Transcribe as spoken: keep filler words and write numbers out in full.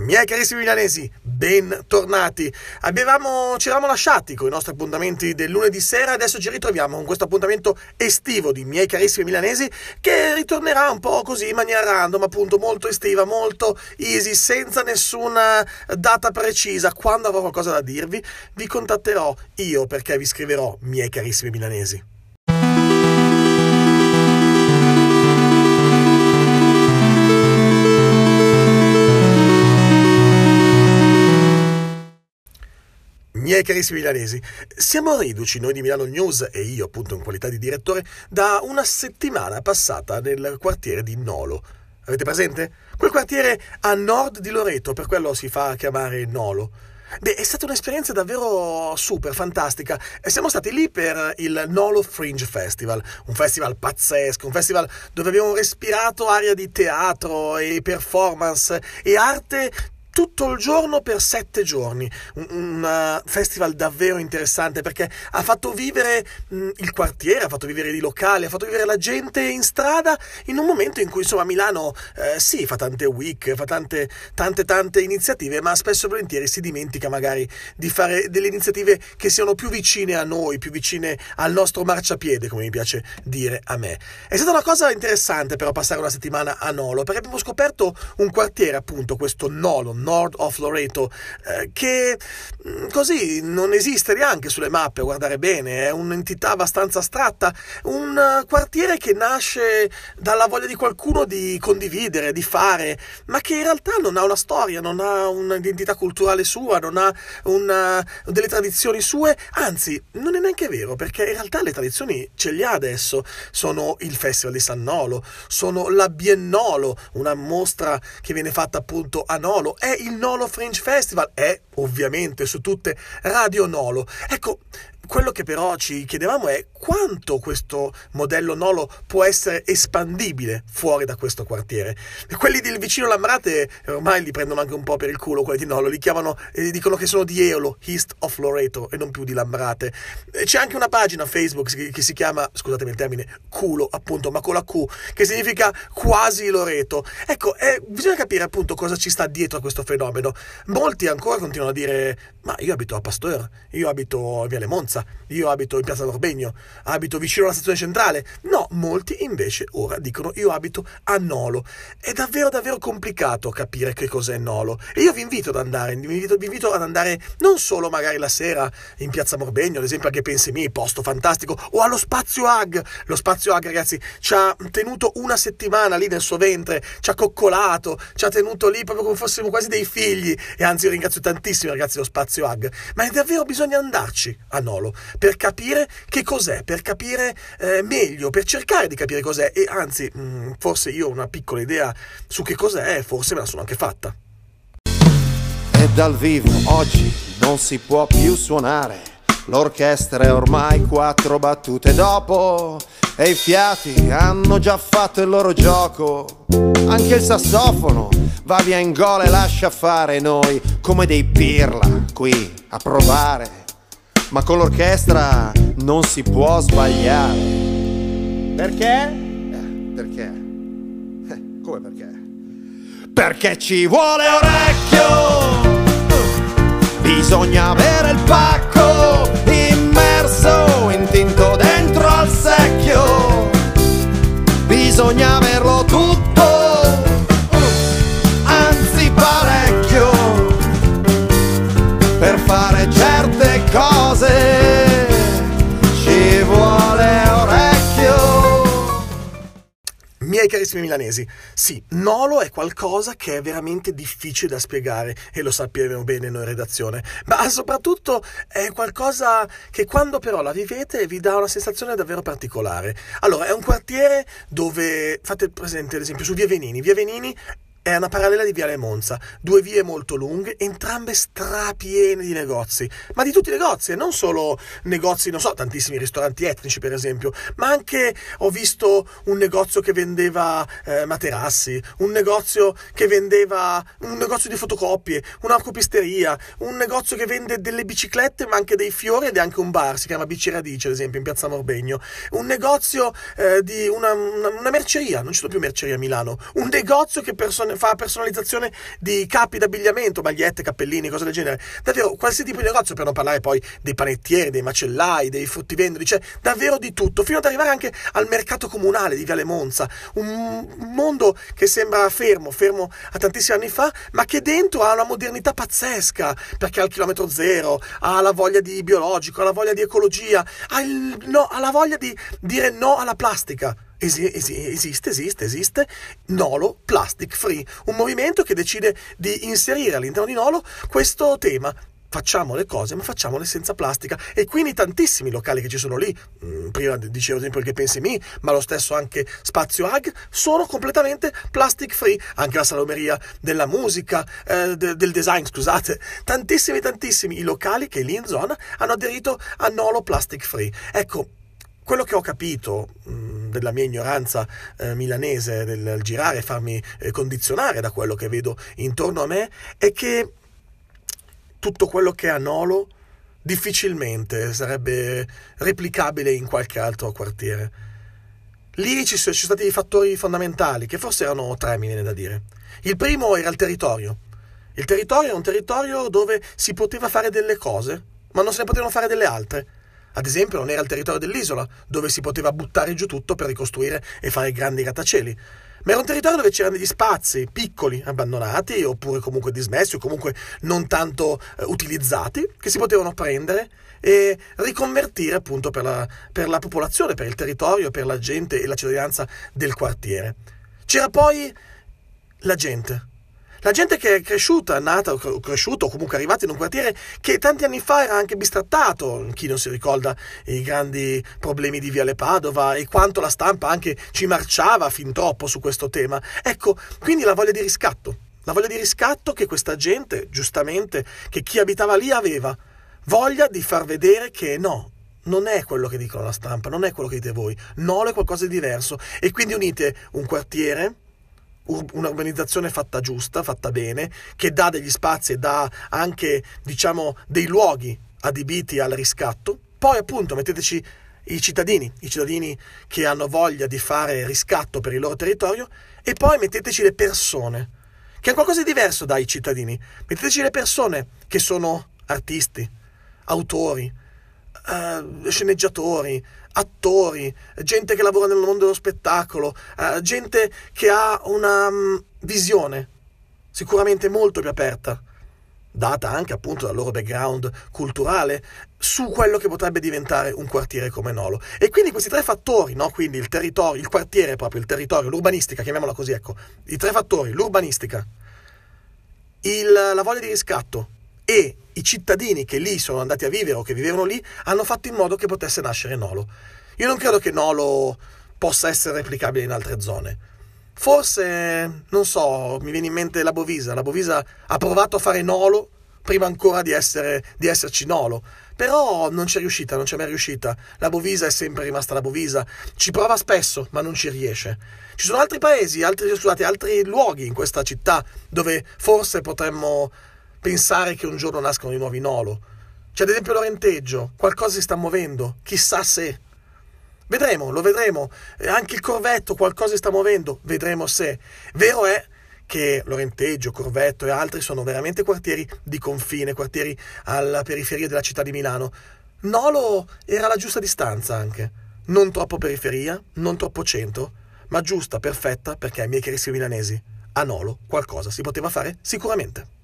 Miei carissimi milanesi, bentornati. Avevamo, ci eravamo lasciati con i nostri appuntamenti del lunedì sera, adesso ci ritroviamo con questo appuntamento estivo di Miei carissimi milanesi, che ritornerà un po' così in maniera random, appunto molto estiva, molto easy, senza nessuna data precisa. Quando avrò qualcosa da dirvi, vi contatterò io, perché vi scriverò Miei carissimi milanesi. Miei carissimi milanesi, siamo riduci noi di Milano News e io appunto in qualità di direttore da una settimana passata nel quartiere di Nolo. Avete presente? Quel quartiere a nord di Loreto, per quello si fa chiamare Nolo. Beh, è stata un'esperienza davvero super fantastica e siamo stati lì per il Nolo Fringe Festival, un festival pazzesco, un festival dove abbiamo respirato aria di teatro e performance e arte tutto il giorno per sette giorni. Un, un uh, festival davvero interessante perché ha fatto vivere mh, il quartiere, ha fatto vivere i locali, ha fatto vivere la gente in strada in un momento in cui insomma Milano eh, sì fa tante week, fa tante tante tante iniziative, ma spesso e volentieri si dimentica magari di fare delle iniziative che siano più vicine a noi, più vicine al nostro marciapiede, come mi piace dire a me. È stata una cosa interessante però passare una settimana a Nolo, perché abbiamo scoperto un quartiere, appunto questo Nolo, Nord of Loreto, eh, che mh, così non esiste neanche sulle mappe, a guardare bene, è un'entità abbastanza astratta, un uh, quartiere che nasce dalla voglia di qualcuno di condividere, di fare, ma che in realtà non ha una storia, non ha un'identità culturale sua, non ha una, delle tradizioni sue, anzi non è neanche vero, perché in realtà le tradizioni ce le ha adesso. Sono il Festival di San Nolo, sono la Biennolo, una mostra che viene fatta appunto a Nolo, è il Nolo Fringe Festival, è ovviamente su tutte Radio Nolo. Ecco, quello che però ci chiedevamo è quanto questo modello Nolo può essere espandibile fuori da questo quartiere. E quelli del vicino Lambrate ormai li prendono anche un po' per il culo, quelli di Nolo, li chiamano e dicono che sono di Eolo, East of Loreto, e non più di Lambrate. E c'è anche una pagina Facebook che, che si chiama, scusatemi il termine, culo appunto, ma con la Q, che significa quasi Loreto. Ecco, eh, bisogna capire appunto cosa ci sta dietro a questo fenomeno. Molti ancora continuano a dire, ma io abito a Pasteur, io abito a Viale Monza, io abito in Piazza Norbegno, abito vicino alla stazione centrale. No, molti invece ora dicono io abito a Nolo. È davvero davvero complicato capire che cos'è Nolo, e io vi invito ad andare, vi invito, vi invito ad andare non solo magari la sera in Piazza Morbegno, ad esempio anche Pensemi, posto fantastico, o allo Spazio Ag. Lo Spazio Ag, ragazzi, ci ha tenuto una settimana lì nel suo ventre, ci ha coccolato, ci ha tenuto lì proprio come fossimo quasi dei figli, e anzi io ringrazio tantissimo ragazzi dello Spazio Ag, ma è davvero bisogna andarci a Nolo per capire che cos'è, per capire eh, meglio, per cercare di capire cos'è, e anzi mh, forse io ho una piccola idea su che cos'è, forse me la sono anche fatta. E dal vivo oggi non si può più suonare, l'orchestra è ormai quattro battute dopo e i fiati hanno già fatto il loro gioco, anche il sassofono va via in gola e lascia fare, noi come dei pirla qui a provare. Ma con l'orchestra non si può sbagliare. Perché? Eh, perché? Eh, come perché? Perché ci vuole orecchio, bisogna avere il pacco immerso, intinto dentro al secchio, bisogna averlo tutto, anzi parecchio, per fare certe cose ci vuole orecchio. Miei carissimi milanesi, sì, Nolo è qualcosa che è veramente difficile da spiegare, e lo sappiamo bene noi in redazione, ma soprattutto è qualcosa che quando però la vivete vi dà una sensazione davvero particolare. Allora, è un quartiere dove, fate presente ad esempio su Via Venini, Via Venini è una parallela di Viale Monza, due vie molto lunghe, entrambe strapiene di negozi, ma di tutti i negozi, e non solo negozi, non so, tantissimi ristoranti etnici per esempio, ma anche ho visto un negozio che vendeva eh, materassi, un negozio che vendeva un negozio di fotocopie, una copisteria, un negozio che vende delle biciclette ma anche dei fiori, ed è anche un bar, si chiama Bici Radice ad esempio in Piazza Morbegno, un negozio eh, di una, una, una merceria, non ci sono più mercerie a Milano, un negozio che personalmente person- fa personalizzazione di capi d'abbigliamento, magliette, cappellini, cose del genere. Davvero, qualsiasi tipo di negozio, per non parlare poi dei panettieri, dei macellai, dei fruttivendoli, cioè davvero di tutto, fino ad arrivare anche al mercato comunale di Viale Monza, un mondo che sembra fermo, fermo a tantissimi anni fa, ma che dentro ha una modernità pazzesca, perché ha il chilometro zero, ha la voglia di biologico, ha la voglia di ecologia, ha, il, no, ha la voglia di dire no alla plastica. Esi- esi- esiste, esiste, esiste Nolo Plastic Free, un movimento che decide di inserire all'interno di Nolo questo tema. Facciamo le cose, ma facciamole senza plastica. E quindi tantissimi locali che ci sono lì, mh, prima dicevo ad esempio il Che Pensi Mi, ma lo stesso anche Spazio Ag, sono completamente plastic free. Anche la Salomeria della musica, eh, de- del design, scusate. Tantissimi, tantissimi i locali che lì in zona hanno aderito a Nolo Plastic Free. Ecco, quello che ho capito mh, della mia ignoranza eh, milanese, del girare e farmi eh, condizionare da quello che vedo intorno a me, è che tutto quello che è a Nolo difficilmente sarebbe replicabile in qualche altro quartiere. Lì ci sono stati dei fattori fondamentali, che forse erano tre, mi viene da dire. Il primo era il territorio. Il territorio era un territorio dove si poteva fare delle cose, ma non se ne potevano fare delle altre. Ad esempio non era il territorio dell'isola, dove si poteva buttare giù tutto per ricostruire e fare grandi grattacieli, ma era un territorio dove c'erano degli spazi piccoli, abbandonati, oppure comunque dismessi, o comunque non tanto eh, utilizzati, che si potevano prendere e riconvertire appunto per la, per la popolazione, per il territorio, per la gente e la cittadinanza del quartiere. C'era poi la gente. La gente che è cresciuta, nata o cresciuta o comunque arrivata in un quartiere che tanti anni fa era anche bistrattato, chi non si ricorda i grandi problemi di Viale Padova e quanto la stampa anche ci marciava fin troppo su questo tema. Ecco, quindi la voglia di riscatto, la voglia di riscatto che questa gente, giustamente, che chi abitava lì aveva, voglia di far vedere che no, non è quello che dicono la stampa, non è quello che dite voi, Nolo è qualcosa di diverso, e quindi unite un quartiere, un'urbanizzazione fatta giusta, fatta bene, che dà degli spazi e dà anche, diciamo, dei luoghi adibiti al riscatto. Poi appunto metteteci i cittadini, i cittadini che hanno voglia di fare riscatto per il loro territorio, e poi metteteci le persone, che è qualcosa di diverso dai cittadini. Metteteci le persone che sono artisti, autori, eh, sceneggiatori, attori, gente che lavora nel mondo dello spettacolo, eh, gente che ha una um, visione sicuramente molto più aperta, data anche appunto dal loro background culturale, su quello che potrebbe diventare un quartiere come Nolo. E quindi questi tre fattori, no? Quindi il territorio, il quartiere proprio, il territorio, l'urbanistica, chiamiamola così, ecco, i tre fattori, l'urbanistica, il, la voglia di riscatto e i cittadini che lì sono andati a vivere o che vivevano lì, hanno fatto in modo che potesse nascere Nolo. Io non credo che Nolo possa essere replicabile in altre zone. Forse, non so, mi viene in mente la Bovisa. La Bovisa ha provato a fare Nolo prima ancora di, essere, di esserci Nolo, però non c'è riuscita, non c'è mai riuscita. La Bovisa è sempre rimasta la Bovisa. Ci prova spesso, ma non ci riesce. Ci sono altri paesi, altri, scusate, altri luoghi in questa città dove forse potremmo pensare che un giorno nascono di nuovi Nolo. C'è ad esempio Lorenteggio, qualcosa si sta muovendo, chissà se. Vedremo, lo vedremo. Anche il Corvetto qualcosa si sta muovendo, vedremo se. Vero è che Lorenteggio, Corvetto e altri sono veramente quartieri di confine, quartieri alla periferia della città di Milano. Nolo era la giusta distanza anche, non troppo periferia, non troppo centro, ma giusta, perfetta, perché ai miei carissimi milanesi, a Nolo qualcosa si poteva fare sicuramente.